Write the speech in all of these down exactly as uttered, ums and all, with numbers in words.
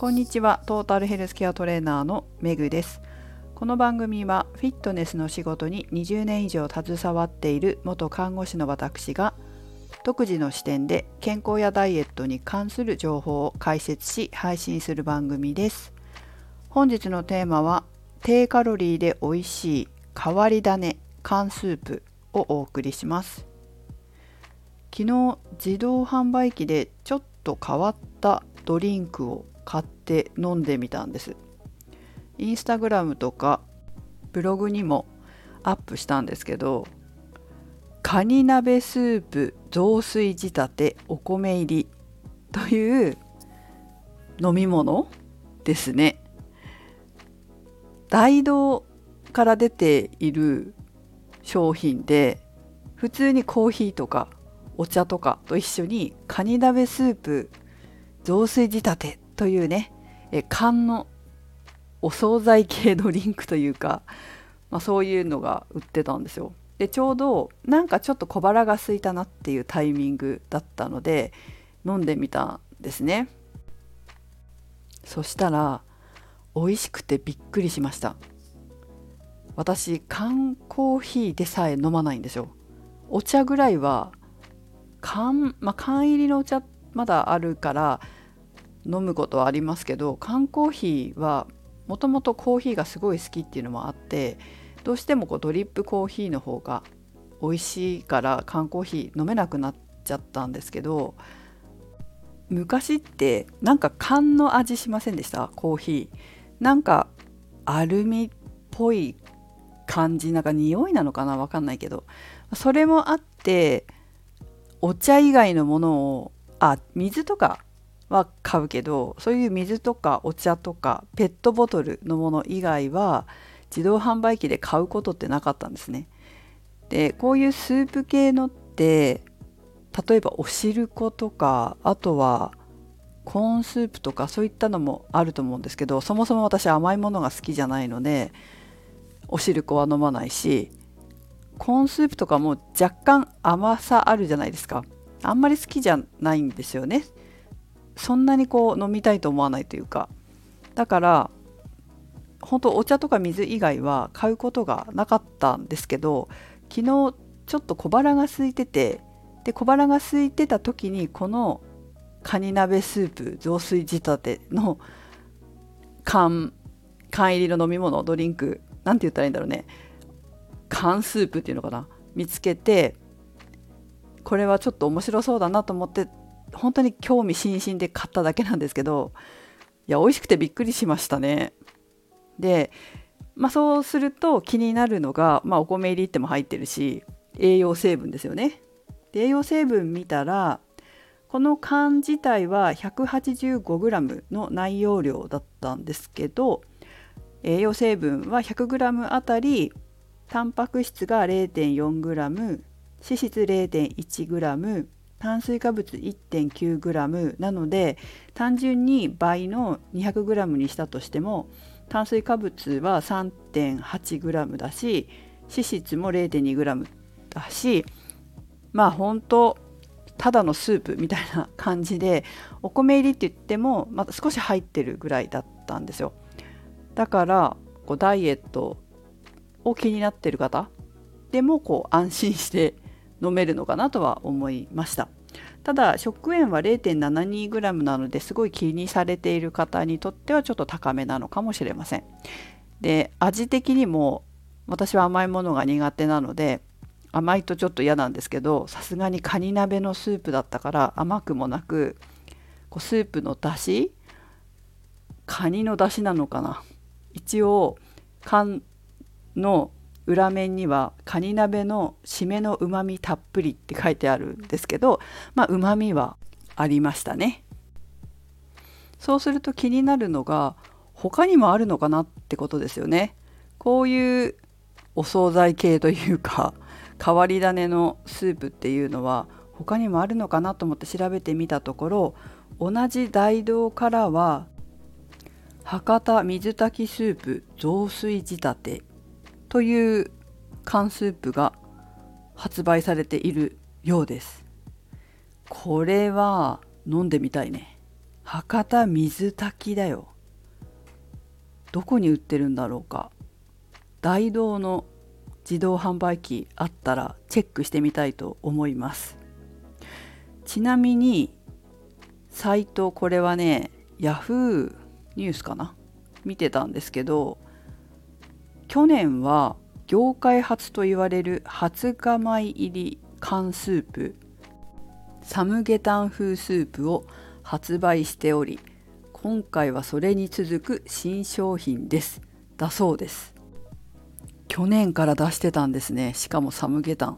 こんにちは。トータルヘルスケアトレーナーのメグです。この番組はフィットネスの仕事ににじゅうねん以上携わっている元看護師の私が独自の視点で健康やダイエットに関する情報を解説し配信する番組です。本日のテーマは低カロリーで美味しい変わり種缶スープをお送りします。昨日自動販売機でちょっと変わったドリンクを買って飲んでみたんです。インスタグラムとかブログにもアップしたんですけど、カニ鍋スープ雑炊仕立てお米入りという飲み物ですね。大道から出ている商品で、普通にコーヒーとかお茶とかと一緒にカニ鍋スープ雑炊仕立てというね、え缶のお惣菜系ドリンクというか、まあ、そういうのが売ってたんですよ。でちょうどなんかちょっと小腹が空いたなっていうタイミングだったので飲んでみたんですね。そしたら美味しくてびっくりしました。私缶コーヒーでさえ飲まないんですよ。お茶ぐらいは缶、まあ、缶入りのお茶まだあるから飲むことはありますけど、缶コーヒーはもともとコーヒーがすごい好きっていうのもあって、どうしてもこうドリップコーヒーの方が美味しいから缶コーヒー飲めなくなっちゃったんですけど、昔ってなんか缶の味しませんでした？コーヒーなんかアルミっぽい感じ、なんか匂いなのかな、わかんないけど、それもあってお茶以外のものをあ水とかは買うけど、そういう水とかお茶とかペットボトルのもの以外は自動販売機で買うことってなかったんですね。でこういうスープ系のって例えばお汁粉とか、あとはコーンスープとかそういったのもあると思うんですけど、そもそも私甘いものが好きじゃないのでお汁粉は飲まないし、コーンスープとかも若干甘さあるじゃないですか。あんまり好きじゃないんですよね。そんなにこう飲みたいと思わないというか、だから本当お茶とか水以外は買うことがなかったんですけど、昨日ちょっと小腹が空いてて、で小腹が空いてた時にこのカニ鍋スープ雑炊仕立ての缶缶入りの飲み物ドリンク、なんて言ったらいいんだろうね、缶スープっていうのかな、見つけて、これはちょっと面白そうだなと思って本当に興味津々で買っただけなんですけど、いや美味しくてびっくりしましたね。で、まあ、そうすると気になるのが、まあ、お米入りっても入ってるし栄養成分ですよね。で栄養成分見たらこの缶自体は ひゃくはちじゅうごグラム の内容量だったんですけど、栄養成分は ひゃくグラム あたりタンパク質が れいてんよんグラム、 脂質 れいてんいちグラム、炭水化物 いってんきゅうグラム なので、単純に倍の にひゃくグラム にしたとしても炭水化物は さんてんはちグラム だし、脂質も れいてんにグラム だし、まあ本当ただのスープみたいな感じで、お米入りって言っても、まあ、少し入ってるぐらいだったんですよ。だからこうダイエットを気になってる方でもこう安心して飲めるのかなとは思いました。ただ食塩は れいてんななにグラム なので、すごい気にされている方にとってはちょっと高めなのかもしれません。で味的にも私は甘いものが苦手なので甘いとちょっと嫌なんですけど、さすがにカニ鍋のスープだったから甘くもなく、こうスープの出汁、カニの出汁なのかな、一応缶の裏面にはカニ鍋の締めのうまみたっぷりって書いてあるんですけど、まあうまみはありましたね。そうすると気になるのが他にもあるのかなってことですよね。こういうお惣菜系というか変わり種のスープっていうのは他にもあるのかなと思って調べてみたところ、同じ大道からは博多水炊きスープ雑炊仕立てという缶スープが発売されているようです。これは飲んでみたいね。 博多水炊きだよ。どこに売ってるんだろうか。大道の自動販売機あったらチェックしてみたいと思います。ちなみにサイト、これはね、ヤフーニュースかな、見てたんですけど、去年は業界初と言われる初釜米入り缶スープ、サムゲタン風スープを発売しており、今回はそれに続く新商品ですだそうです。去年から出してたんですね。しかもサムゲタン。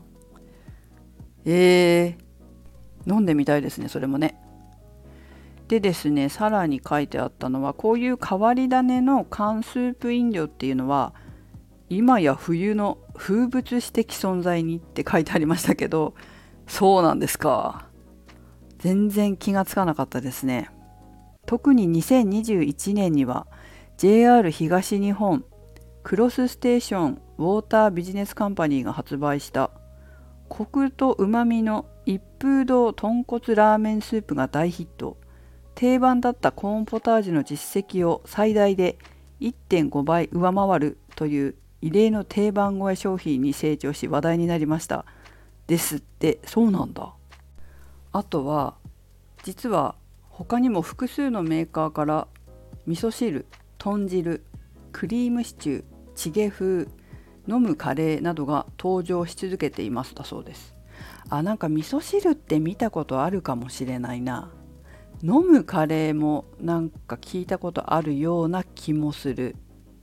えー、飲んでみたいですね、それもね。でですね、さらに書いてあったのは、こういう変わり種の缶スープ飲料っていうのは今や冬の風物詩的存在にって書いてありましたけど、そうなんですか。全然気がつかなかったですね。特ににせんにじゅういちねんには ジェイアール 東日本クロスステーションウォータービジネスカンパニーが発売したコクとうまみの一風堂豚骨ラーメンスープが大ヒット。定番だったコーンポタージュの実績を最大で いってんご 倍上回るという異例の定番超え商品に成長し話題になりましたですって。そうなんだ。あとは実は他にも複数のメーカーから味噌汁、豚汁、クリームシチュー、チゲ風、飲むカレーなどが登場し続けていますだそうです。あ、なんか味噌汁って見たことあるかもしれないな。飲むカレーもなんか聞いたことあるような気もする。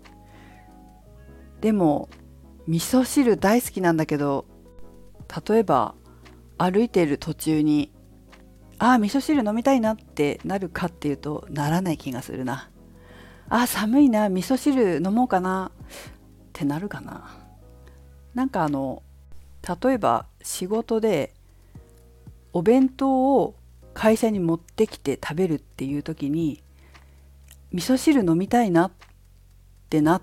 でも味噌汁大好きなんだけど、例えば歩いている途中にあー味噌汁飲みたいなってなるかっていうとならない気がするな。あー寒いな、味噌汁飲もうかなってなるかな。なんかあの例えば仕事でお弁当を会社に持ってきて食べるっていう時に味噌汁飲みたいなってなって、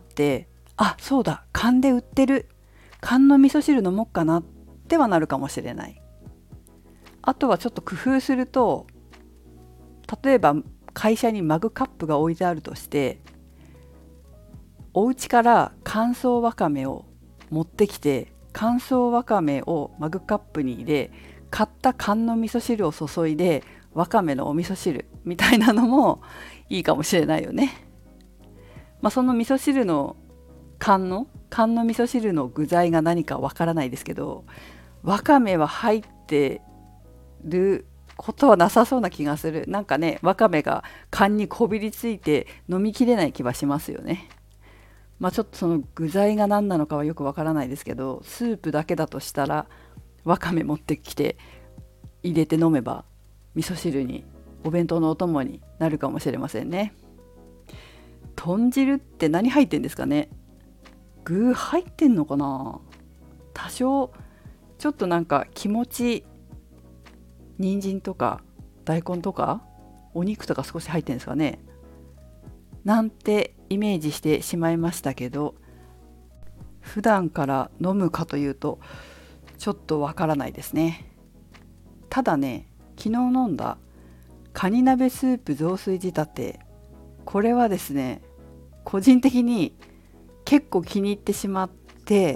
あ、そうだ、缶で売ってる、缶の味噌汁飲もうかなってはなるかもしれない。あとはちょっと工夫すると、例えば会社にマグカップが置いてあるとして、お家から乾燥わかめを持ってきて、乾燥わかめをマグカップに入れ、買った缶の味噌汁を注いでわかめのお味噌汁みたいなのもいいかもしれないよね。まあ、その味噌汁の缶の缶の味噌汁の具材が何かわからないですけど、わかめは入ってることはなさそうな気がする。なんかね、わかめが缶にこびりついて飲みきれない気はしますよね。まあちょっとその具材が何なのかはよくわからないですけど、スープだけだとしたらわかめ持ってきて入れて飲めば味噌汁にお弁当のお供になるかもしれませんね。豚汁って何入ってんですかね。具入ってんのかな。多少ちょっとなんか気持ち人参とか大根とかお肉とか少し入ってんですかねなんてイメージしてしまいましたけど、普段から飲むかというとちょっとわからないですね。ただね、昨日飲んだカニ鍋スープ雑炊仕立て、これはですね、個人的に結構気に入ってしまって、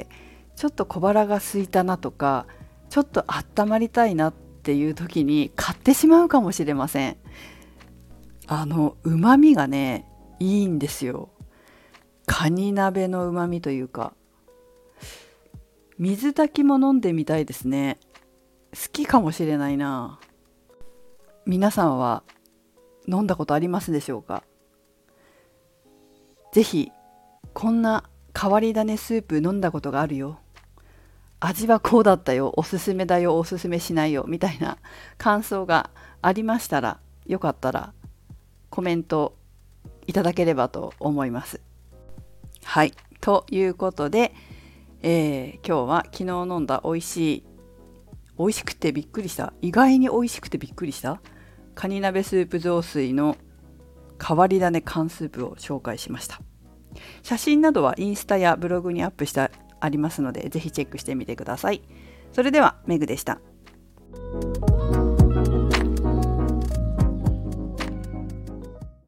ちょっと小腹が空いたなとか、ちょっと温まりたいなっていう時に買ってしまうかもしれません。あのうまみがね、いいんですよ。カニ鍋のうまみというか、水炊きも飲んでみたいですね。好きかもしれないな。皆さんは飲んだことありますでしょうか。ぜひこんな変わり種スープ飲んだことがあるよ、味はこうだったよ、おすすめだよ、おすすめしないよみたいな感想がありましたら、よかったらコメントいただければと思います。はい、ということで、えー、今日は昨日飲んだ美味しい美味しくてびっくりした、意外に美味しくてびっくりしたカニ鍋スープ雑炊の変わり種缶スープを紹介しました。写真などはインスタやブログにアップしてありますので、ぜひチェックしてみてください。それではメグでした。